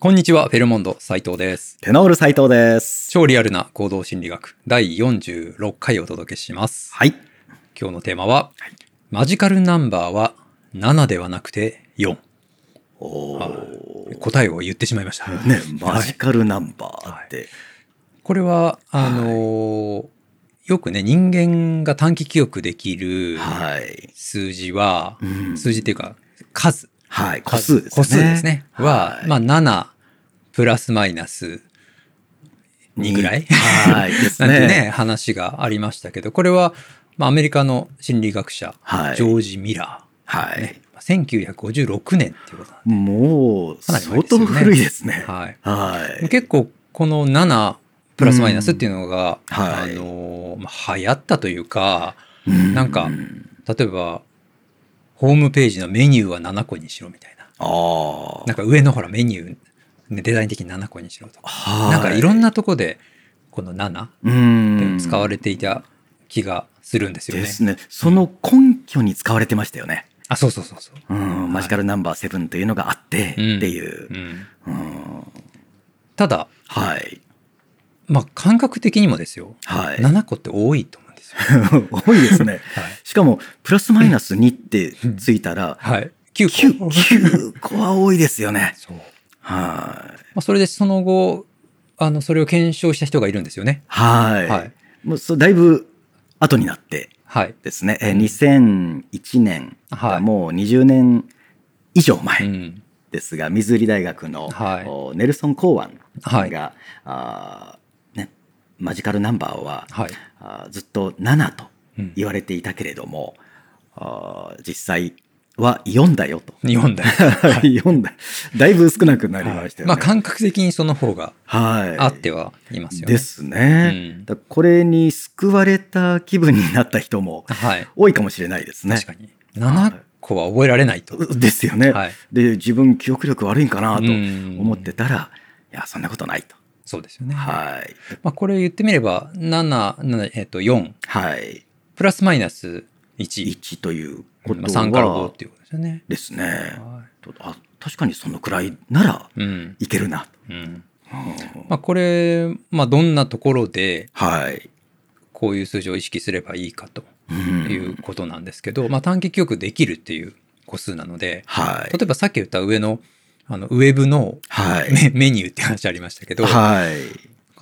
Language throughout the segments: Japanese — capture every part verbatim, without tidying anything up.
こんにちは、フェルモンド斉藤です。 テノール斉藤です。 超リアルな行動心理学だいよんじゅうろっかいをお届けします。 はい。 今日のテーマは、はい、マジカルナンバーはななではなくてよん。 おー、 答えを言ってしまいました。 ね、マジカルナンバーって。はい、 これは、あのーはい、よくね、人間が短期記憶できる数字は、はいうん、数字っていうか数。 はい、個数ですね。 個数ですね。は、はい、まあななプラスマイナスにぐらいはいですね。 なんてね、話がありましたけど、これは、まあ、アメリカの心理学者、はい、ジョージ・ミラー。はい。ね、せんきゅうひゃくごじゅうろくねんっていうことなんで。 もう、相当古いですね。 はい。はい。結構、このななプラスマイナスっていうのが、うんはい、あの、まあ、流行ったというか、うん、なんか、例えば、ホームページのメニューはななこにしろみたいな。あなんか上のほらメニュー、ね、デザイン的にななこにしろとか。なんかいろんなとこでこのななって使われていた気がするんですよね。 ですね。その根拠に使われてましたよね。 あ、そうそうそうそう。 うん、マジカルナンバーセブンというのがあってっていう。うんうんうん、ただ、 はい。 まあ感覚的にもですよ。はい、ななこって多いと思うんですよ。 多いですね。はい、しかもプラスマイナスにってついたら、 はい、きゅうこ。 きゅうこは多いですよね。 そう。 はい。 まあ、それでその後あのそれを検証した人がいるんですよね。 はい。はい、もうそだいぶ後になってですね。はい、にせんいちねん、はい、もうにじゅうねん以上前ですが、うん、ミズーリ大学の、はい、ネルソン・コーワンが、はい、あね、マジカルナンバーは、はい、あずっとななと言われていたけれども、うん、あ実際はよんだよと。 よんだよ。 はい、よんだ。だいぶ少なくなりましたよね。 はい、まあ感覚的にその方があってはいますよね。 ですね。うん、だこれに救われた気分になった人も多いかもしれないですね。 確かに。ななこは覚えられないと。 ですよね。はい、で、自分記憶力悪いんかなと思ってたら、いや、そんなことないと。 そうですよね。 はい。 まあこれ言ってみれば、なな、えっとよん。はい。プラスマイナスいち。 いちということは、 さんからごっていうことですよね。 ですね。はい、あ確かにそのくらいならいけるなと。うんうんまあ、これ、まあ、どんなところではいこういう数字を意識すればいいかということなんですけど、まあ、短期記憶できるっていう個数なので、はい、例えばさっき言った上のあのウェブの メ,、はい、メニューって話ありましたけど、はい、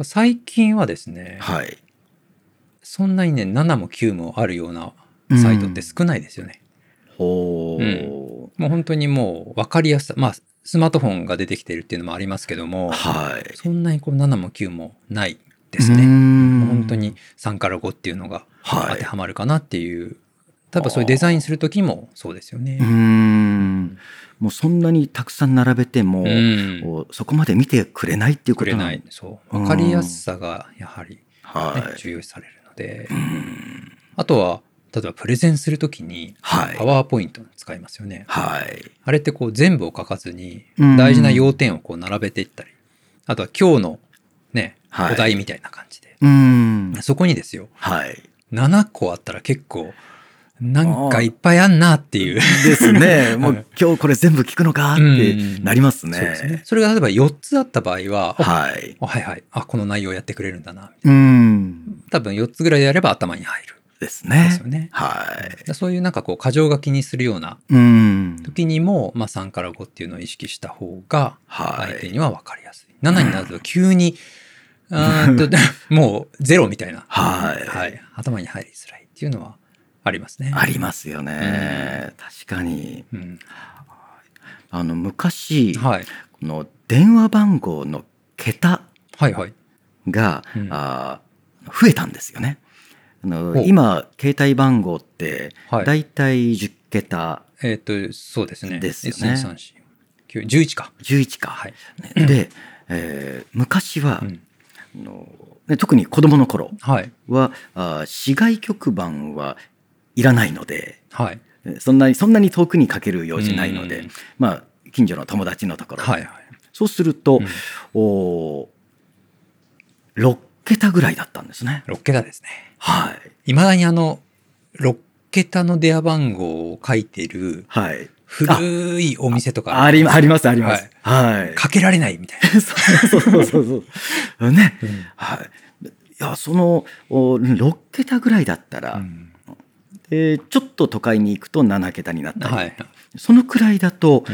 最近はですね、はい、そんなにねななもきゅうもあるようなサイトって少ないですよね。 ほう、 うん、もう本当にもう分かりやすさ、まあスマートフォンが出てきているっていうのもありますけども、はい、そんなにこうななもきゅうもないですね。もう本当にさんからごっていうのが当てはまるかなっていう、はい、例えばそういうデザインする時もそうですよね。 うーんもうそんなにたくさん並べても、うん、そこまで見てくれないっていうことなんくれない。そう分かりやすさがやはり、ねはい、重要視されるので、あとは例えばプレゼンするときにパワーポイント使いますよね。はい、あれってこう全部を書かずに大事な要点をこう並べていったり、あとは今日のね、はい、お題みたいな感じで、うんそこにですよ、はい、ななこあったら結構なんかいっぱいあんなっていうですね。もう今日これ全部聞くのかってなりますね。 そうですね。それが例えばよっつあった場合は、はい、はいはい、あこの内容やってくれるんだなみたいな。うん多分よっつぐらいやれば頭に入る。 ですね。 ですよね。はい。そういうなんかこう過剰書きにするような時にも、まあさんからごっていうのを意識した方が相手には分かりやすい。ななになると急に、うん、あともうゼロみたいな、はい、はい、頭に入りづらいっていうのはありますね。 ありますよね。うん、確かに。うん、あの昔、はい、この電話番号の桁が、はいはいうん、あ増えたんですよね。あの今携帯番号ってだいたいじゅっけた、はい、 えっ、ー、とそうですね。 ですよね。 じゅういちか。 じゅういちか。はい、で、えー、昔は、うん、あの特に子供の頃は、はい、あ市外局番はいらないので、はい、そんなにそんなに遠くにかける用事ないので、まあ近所の友達のところ、はいはい、そうすると、うん、おろっけたぐらいだったんですね。 ろっけたですね。 はい。 いまだにあのろっけたの電話番号を書いてる古いお店とかありありますあります。はい。はい、 かけられないみたいな。 そうそうそうそう。ね。うん、はい。いや、そのろっけたぐらいだったら、うん、でちょっと都会に行くとななけたになったり、はい、そのくらいだと、うん、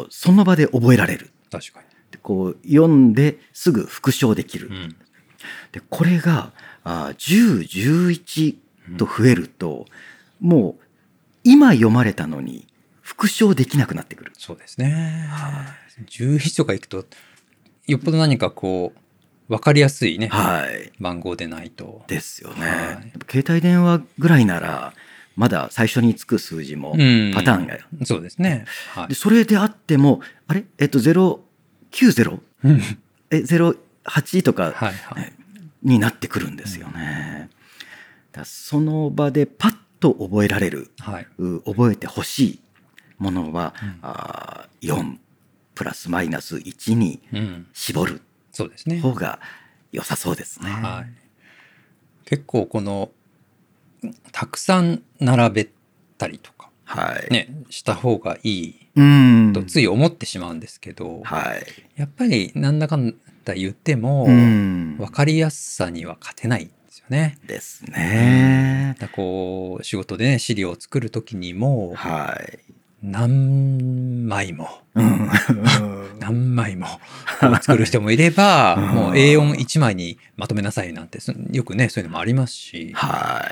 その場で覚えられる。 確かに。 でこう読んですぐ復唱できる。うん、でこれがあじゅう、じゅういちと増えると、うん、もう今読まれたのに復唱できなくなってくる。 そうですね。じゅういちとかいくとよっぽど何かこう分かりやすいね、はい、番号でないと。 ですよね。はい、携帯電話ぐらいならまだ最初につく数字もパターンが、 うん、そうですね。 はい、でそれであってもあれえっとゼロきゅうゼロえゼロはちとか、はいはい、になってくるんですよね。うん、だその場でパッと覚えられる、はい、覚えてほしいものは、うん、あよんプラスマイナスいちに絞る方が良さそうですね。うん、はい、 結構このたくさん並べたりとか、はいね、した方がいいとつい思ってしまうんですけど、はい、やっぱりなんだかんだ言っても分かりやすさには勝てないんですよね。 ですね。 だこう仕事でね資料を作る時にも、はい、何枚も何枚も作る人もいればもう エーよんいち 枚にまとめなさいなんてよくねそういうのもありますし、はい、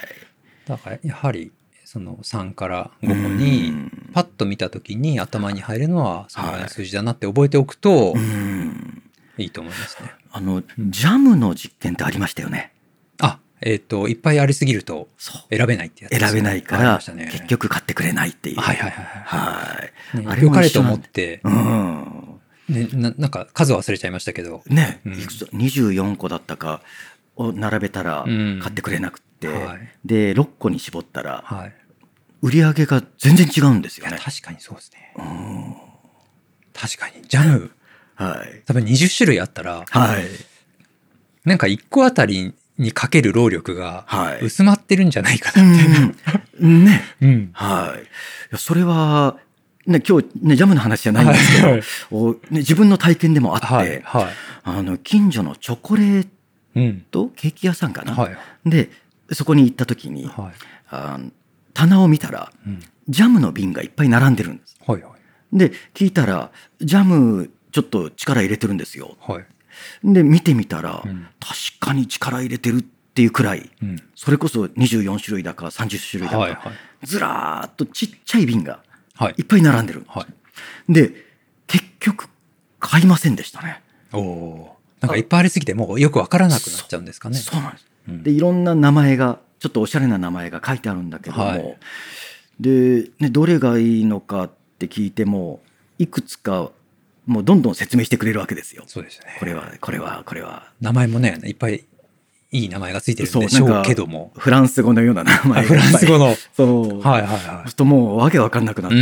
だからやはりそのさんからごこにパッと見た時に頭に入るのはそのぐらいの数字だなって覚えておくといいと思いますね。 あのジャムの実験ってありましたよね。 あえー、といっぱいありすぎると選べないってやつです、ね、 選べないから、ね、結局買ってくれないっていう。はいはいはいはい。はい、ね、良かれと思って、うんね、な, なんか数忘れちゃいましたけどね、うん、いくつにじゅうよんこだったかを並べたら買ってくれなくて、うんはい、でろっこに絞ったら、はい、売り上げが全然違うんですよね。 確かにそうですね。うん確かにジャム、はい、多分にじゅっしゅるいあったら、はい、なんかいっこあたりにかける労力が薄まってるんじゃないかなって、はい、 ね、うん、はい。いやそれはね今日ねジャムの話じゃないんですけど、はいおね、自分の体験でもあって、はいはい、あの近所のチョコレート、うん、ケーキ屋さんかな、はい、でそこに行った時に、はい、あ棚を見たら、うん、ジャムの瓶がいっぱい並んでるんです。はいはい、で聞いたらジャムちょっと力入れてるんですよ。はいで見てみたら、うん、確かに力入れてるっていうくらい、うん、それこそにじゅうよんしゅるいだかさんじゅっしゅるいだか、はいはい、ずらーっとちっちゃい瓶がいっぱい並んでる、はい、で結局買いませんでしたね。 おなんかいっぱいありすぎてもうよくわからなくなっちゃうんですかね。 そ, そうなんです、うん、でいろんな名前がちょっとおしゃれな名前が書いてあるんだけども、はい、で、ね、どれがいいのかって聞いてもいくつかもうどんどん説明してくれるわけですよ。 そうですね。 これはこれはこれは名前もねいっぱいいい名前がついてるんでしょうけども、 フランス語のような名前がフランス語のそうはいはいはい。ともうわけわかんなくなって、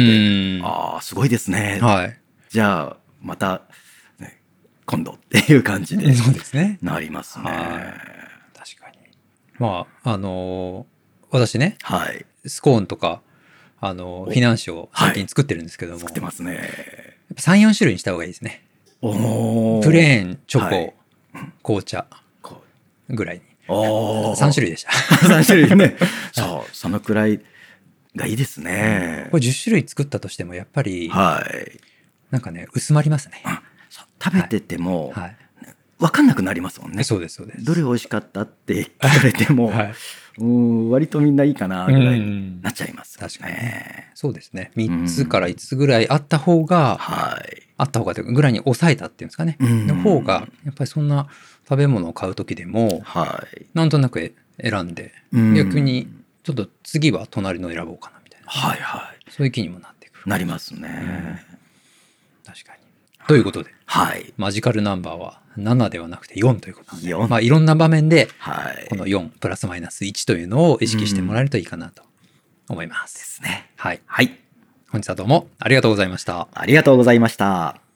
ああすごいですね。はい。じゃあまた、ね、今度っていう感じでそうですね。 なりますね。はい確かに。まああの私ね、はい、スコーンとかあのフィナンシェを最近作ってるんですけども、はい、 作ってますね。 さん、よんしゅるいにした方がいいですね。おプレーン、チョコ、はい、紅茶ぐらいに。おさんしゅるいでした。 さんしゅるいね。そう、そのくらいがいいですね。 これじゅっしゅるい作ったとしてもやっぱり、はい、なんかね、薄まりますね。 食べてても、はいはい、分かんなくなりますもんね。 そうです、そうです。 どれ美味しかったって聞かれても、はい、うん割とみんないいかなぐらいになっちゃいます、ね、 確かに、ね、そうですね。みっつからいつつぐらいあった方が、はい、あった方がというかぐらいに抑えたっていうんですかね。の方がやっぱりそんな食べ物を買う時でも、はい、なんとなく選んで逆にちょっと次は隣の選ぼうかなみたいな、はいはい、そういう気にもなってくる。 なりますね、 うん、確かに。ということで、はい、マジカルナンバーはななではなくてよんということなので、まあ、いろんな場面でこのよんプラスマイナスいちというのを意識してもらえるといいかなと思います。 ですね。 はい。 はい。 本日はどうもありがとうございました。 ありがとうございました。